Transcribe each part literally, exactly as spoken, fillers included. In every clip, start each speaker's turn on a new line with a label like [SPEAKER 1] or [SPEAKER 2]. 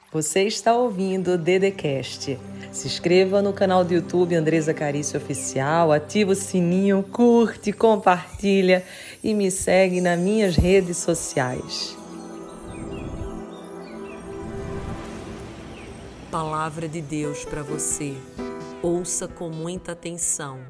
[SPEAKER 1] Você está ouvindo o Dedecast. Se inscreva no canal do YouTube Andresa Carício Oficial, ativa o sininho, curte, compartilha e me segue nas minhas redes sociais. Palavra de Deus para você. Ouça com muita atenção.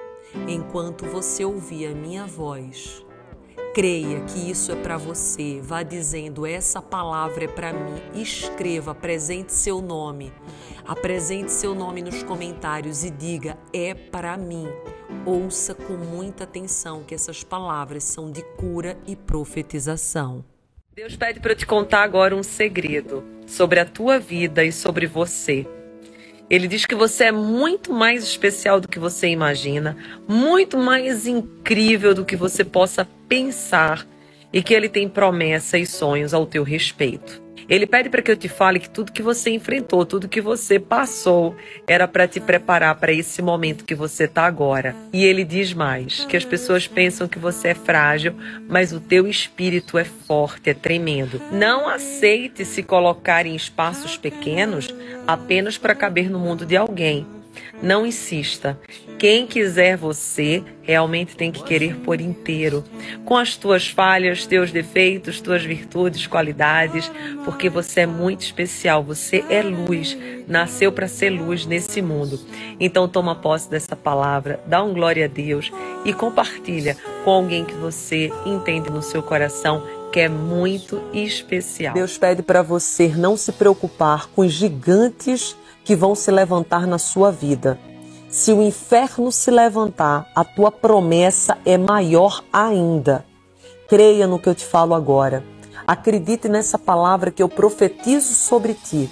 [SPEAKER 1] Enquanto você ouvir a minha voz, creia que isso é para você. Vá dizendo, essa palavra é para mim. Escreva, apresente seu nome. Apresente seu nome nos comentários e diga, é para mim. Ouça com muita atenção que essas palavras são de cura e profetização. Deus pede para eu te contar agora um segredo sobre a tua vida e sobre você. Ele diz que você é muito mais especial do que você imagina, muito mais incrível do que você possa pensar e que Ele tem promessas e sonhos ao teu respeito. Ele pede para que eu te fale que tudo que você enfrentou, tudo que você passou, era para te preparar para esse momento que você está agora. E Ele diz mais, que as pessoas pensam que você é frágil, mas o teu espírito é forte, é tremendo. Não aceite se colocar em espaços pequenos apenas para caber no mundo de alguém. Não insista. Quem quiser você, realmente tem que querer por inteiro. Com as tuas falhas, teus defeitos, tuas virtudes, qualidades, porque você é muito especial. Você é luz. Nasceu para ser luz nesse mundo. Então toma posse dessa palavra, dá um glória a Deus e compartilha com alguém que você entende no seu coração que é muito especial. Deus pede para você não se preocupar com os gigantes que vão se levantar na sua vida. Se o inferno se levantar, a tua promessa é maior ainda. Creia no que eu te falo agora. Acredite nessa palavra que eu profetizo sobre ti.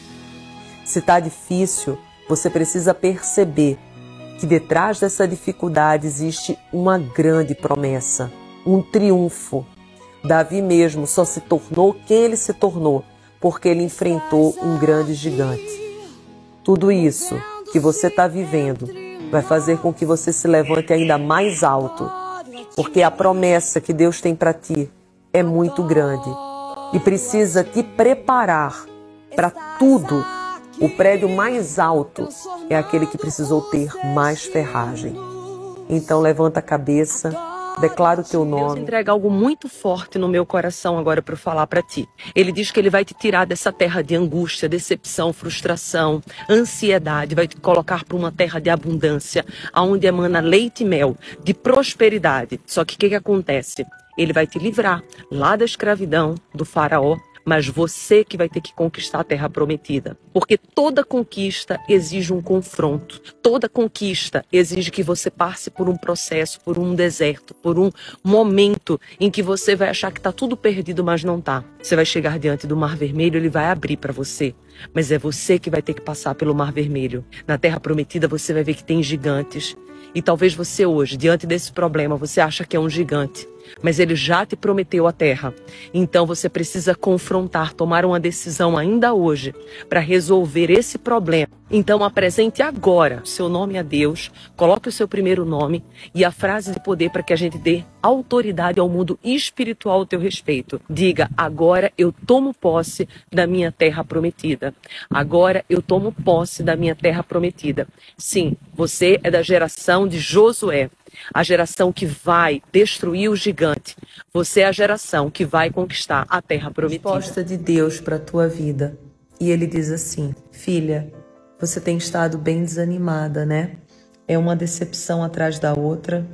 [SPEAKER 1] Se está difícil, você precisa perceber que detrás dessa dificuldade existe uma grande promessa, um triunfo. Davi mesmo só se tornou quem ele se tornou, porque ele enfrentou um grande gigante. Tudo isso que você está vivendo vai fazer com que você se levante ainda mais alto, porque a promessa que Deus tem para ti é muito grande e precisa te preparar para tudo. O prédio mais alto é aquele que precisou ter mais ferragem. Então levanta a cabeça. Declara o teu nome. Deus entrega algo muito forte no meu coração agora para eu falar para ti. Ele diz que Ele vai te tirar dessa terra de angústia, decepção, frustração, ansiedade, vai te colocar para uma terra de abundância, onde emana leite e mel, de prosperidade. Só que o que, que acontece? Ele vai te livrar lá da escravidão do faraó, mas você que vai ter que conquistar a terra prometida. Porque toda conquista exige um confronto. Toda conquista exige que você passe por um processo, por um deserto, por um momento em que você vai achar que está tudo perdido, mas não está. Você vai chegar diante do Mar Vermelho, ele vai abrir para você. Mas é você que vai ter que passar pelo Mar Vermelho. Na terra prometida você vai ver que tem gigantes. E talvez você hoje, diante desse problema, você acha que é um gigante. Mas ele já te prometeu a terra. Então você precisa confrontar, tomar uma decisão ainda hoje para resolver esse problema. Então apresente agora o seu nome a Deus, coloque o seu primeiro nome e a frase de poder para que a gente dê autoridade ao mundo espiritual ao teu respeito. Diga, agora eu tomo posse da minha terra prometida. Agora eu tomo posse da minha terra prometida. Sim, você é da geração de Josué. A geração que vai destruir o gigante. Você é a geração que vai conquistar a terra prometida. Resposta de Deus para a tua vida. E Ele diz assim, filha, você tem estado bem desanimada, né? É uma decepção atrás da outra.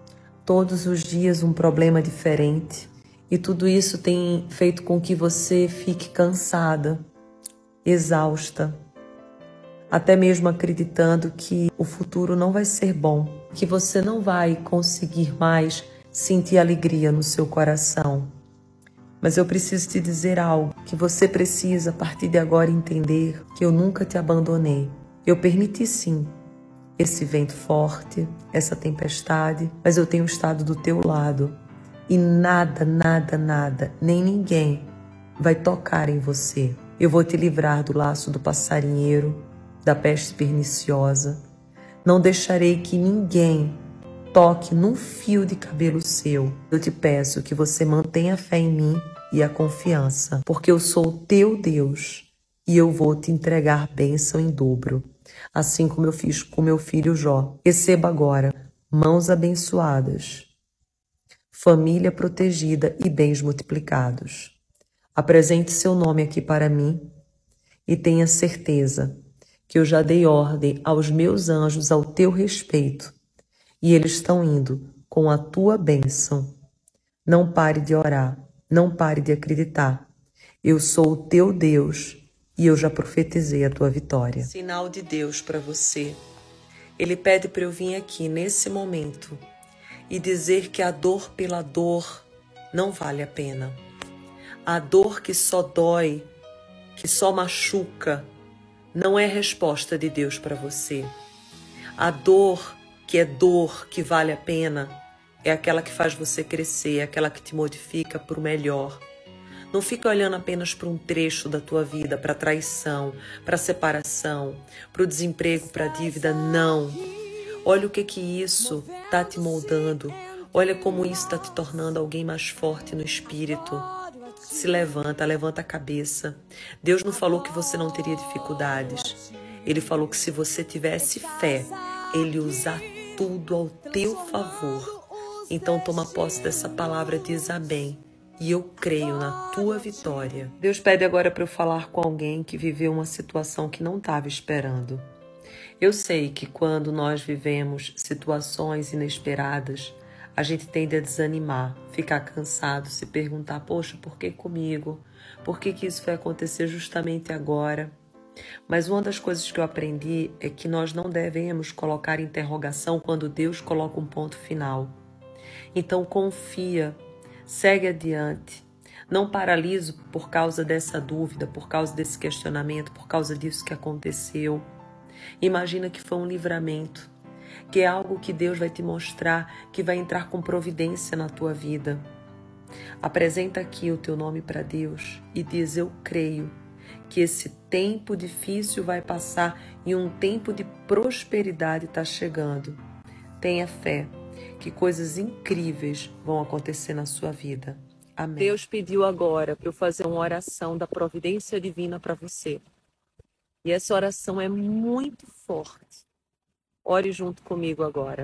[SPEAKER 1] Todos os dias um problema diferente. E tudo isso tem feito com que você fique cansada, exausta. Até mesmo acreditando que o futuro não vai ser bom, que você não vai conseguir mais sentir alegria no seu coração. Mas eu preciso te dizer algo, que você precisa a partir de agora entender que eu nunca te abandonei. Eu permiti sim esse vento forte, essa tempestade, mas eu tenho estado do teu lado. E nada, nada, nada, nem ninguém vai tocar em você. Eu vou te livrar do laço do passarinheiro, da peste perniciosa. Não deixarei que ninguém toque num fio de cabelo seu. Eu te peço que você mantenha a fé em mim e a confiança, porque eu sou o teu Deus e eu vou te entregar bênção em dobro, assim como eu fiz com meu filho Jó. Receba agora mãos abençoadas, família protegida e bens multiplicados. Apresente seu nome aqui para mim e tenha certeza que eu já dei ordem aos meus anjos ao teu respeito e eles estão indo com a tua bênção. Não pare de orar, não pare de acreditar. Eu sou o teu Deus e eu já profetizei a tua vitória. Sinal de Deus para você. Ele pede para eu vir aqui nesse momento e dizer que a dor pela dor não vale a pena. A dor que só dói, que só machuca, não é resposta de Deus para você. A dor que é dor, que vale a pena, é aquela que faz você crescer, é aquela que te modifica para o melhor. Não fica olhando apenas para um trecho da tua vida, para a traição, para a separação, para o desemprego, para a dívida. Não. Olha o que que isso está te moldando. Olha como isso está te tornando alguém mais forte no espírito. Se levanta, levanta a cabeça. Deus não falou que você não teria dificuldades. Ele falou que se você tivesse fé, Ele ia usar tudo ao teu favor. Então toma posse dessa palavra, diz amém. E eu creio na tua vitória. Deus pede agora para eu falar com alguém que viveu uma situação que não estava esperando. Eu sei que quando nós vivemos situações inesperadas, a gente tende a desanimar, ficar cansado, se perguntar, poxa, por que comigo? Por que que isso vai acontecer justamente agora? Mas uma das coisas que eu aprendi é que nós não devemos colocar interrogação quando Deus coloca um ponto final. Então confia, segue adiante. Não paralise por causa dessa dúvida, por causa desse questionamento, por causa disso que aconteceu. Imagina que foi um livramento, que é algo que Deus vai te mostrar, que vai entrar com providência na tua vida. Apresenta aqui o teu nome para Deus e diz, eu creio que esse tempo difícil vai passar e um tempo de prosperidade está chegando. Tenha fé que coisas incríveis vão acontecer na sua vida. Amém. Deus pediu agora para eu fazer uma oração da providência divina para você. E essa oração é muito forte. Ore junto comigo agora.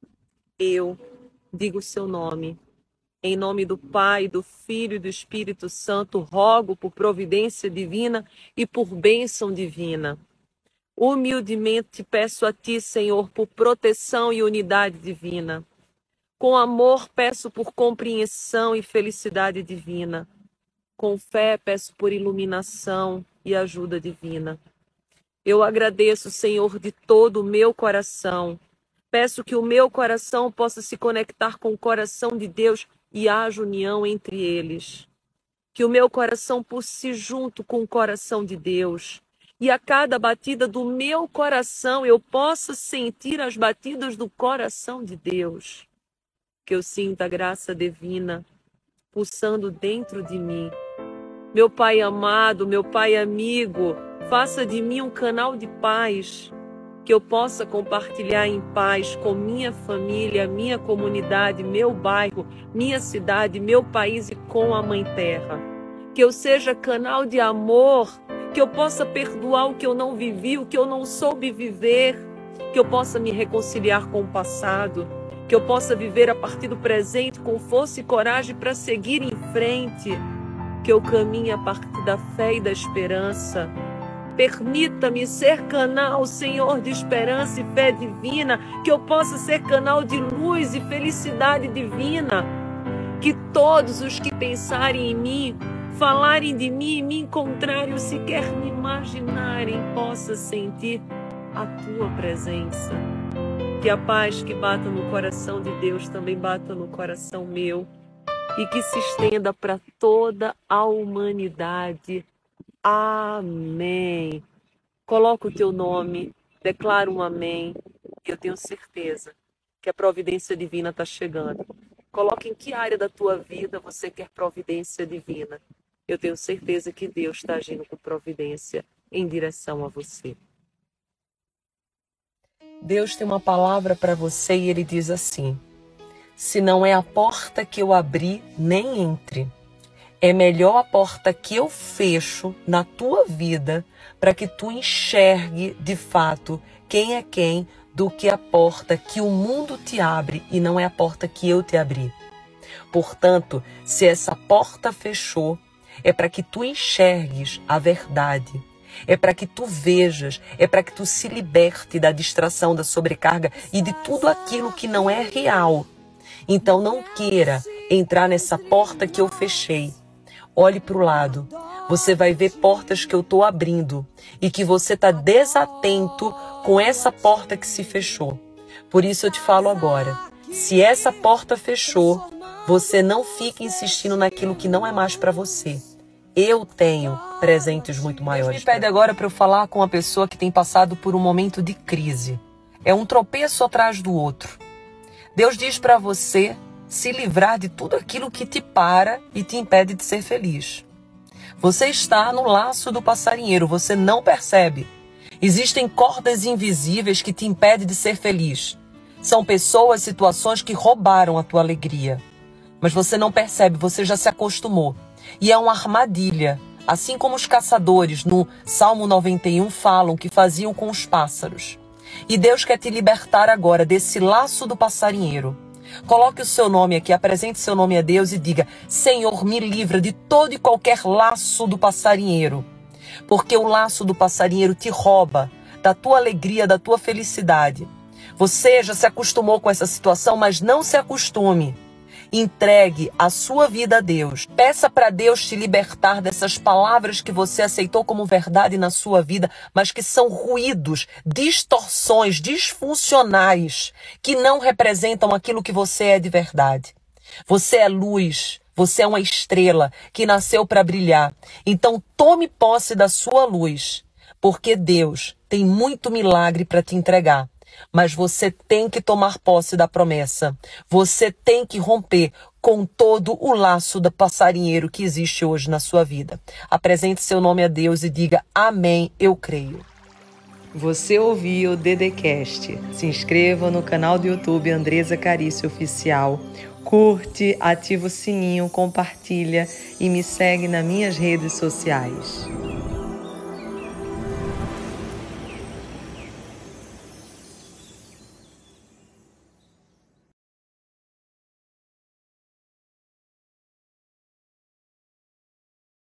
[SPEAKER 1] Eu digo o seu nome. Em nome do Pai, do Filho e do Espírito Santo, rogo por providência divina e por bênção divina. Humildemente peço a Ti, Senhor, por proteção e unidade divina. Com amor peço por compreensão e felicidade divina. Com fé peço por iluminação e ajuda divina. Eu agradeço, Senhor, de todo o meu coração. Peço que o meu coração possa se conectar com o coração de Deus e haja união entre eles. Que o meu coração pulse junto com o coração de Deus. E a cada batida do meu coração eu possa sentir as batidas do coração de Deus. Que eu sinta a graça divina pulsando dentro de mim. Meu Pai amado, meu Pai amigo, faça de mim um canal de paz, que eu possa compartilhar em paz com minha família, minha comunidade, meu bairro, minha cidade, meu país e com a Mãe Terra. Que eu seja canal de amor, que eu possa perdoar o que eu não vivi, o que eu não soube viver, que eu possa me reconciliar com o passado, que eu possa viver a partir do presente com força e coragem para seguir em frente, que eu caminhe a partir da fé e da esperança. Permita-me ser canal, Senhor, de esperança e fé divina, que eu possa ser canal de luz e felicidade divina, que todos os que pensarem em mim, falarem de mim, me encontrarem ou sequer me imaginarem, possa sentir a Tua presença. Que a paz que bata no coração de Deus também bata no coração meu e que se estenda para toda a humanidade. Amém. Coloca o teu nome, declara um amém. E eu tenho certeza que a providência divina está chegando. Coloca em que área da tua vida você quer providência divina. Eu tenho certeza que Deus está agindo com providência em direção a você. Deus tem uma palavra para você e Ele diz assim: se não é a porta que eu abri, nem entre. É melhor a porta que eu fecho na tua vida para que tu enxergue de fato quem é quem do que a porta que o mundo te abre e não é a porta que eu te abri. Portanto, se essa porta fechou, é para que tu enxergues a verdade. É para que tu vejas, é para que tu se liberte da distração, da sobrecarga e de tudo aquilo que não é real. Então não queira entrar nessa porta que eu fechei. Olhe para o lado. Você vai ver portas que eu estou abrindo e que você está desatento com essa porta que se fechou. Por isso eu te falo agora, se essa porta fechou, você não fique insistindo naquilo que não é mais para você. Eu tenho presentes muito maiores. Me pede agora para eu falar com uma pessoa que tem passado por um momento de crise. É um tropeço atrás do outro. Deus diz para você se livrar de tudo aquilo que te para e te impede de ser feliz. Você está no laço do passarinheiro, você não percebe. Existem cordas invisíveis que te impedem de ser feliz. São pessoas, situações que roubaram a tua alegria. Mas você não percebe, você já se acostumou. E é uma armadilha, assim como os caçadores no Salmo noventa e um falam que faziam com os pássaros. E Deus quer te libertar agora desse laço do passarinheiro. Coloque o seu nome aqui, apresente seu nome a Deus e diga: Senhor, me livra de todo e qualquer laço do passarinheiro. Porque o laço do passarinheiro te rouba da tua alegria, da tua felicidade. Você já se acostumou com essa situação, mas não se acostume. Entregue a sua vida a Deus. Peça para Deus te libertar dessas palavras que você aceitou como verdade na sua vida, mas que são ruídos, distorções, disfuncionais, que não representam aquilo que você é de verdade. Você é luz, você é uma estrela que nasceu para brilhar. Então tome posse da sua luz, porque Deus tem muito milagre para te entregar. Mas você tem que tomar posse da promessa. Você tem que romper com todo o laço do passarinheiro que existe hoje na sua vida. Apresente seu nome a Deus e diga: Amém, eu creio. Você ouviu o Dedecast. Se inscreva no canal do YouTube Andresa Carício Oficial. Curte, ativa o sininho, compartilha e me segue nas minhas redes sociais.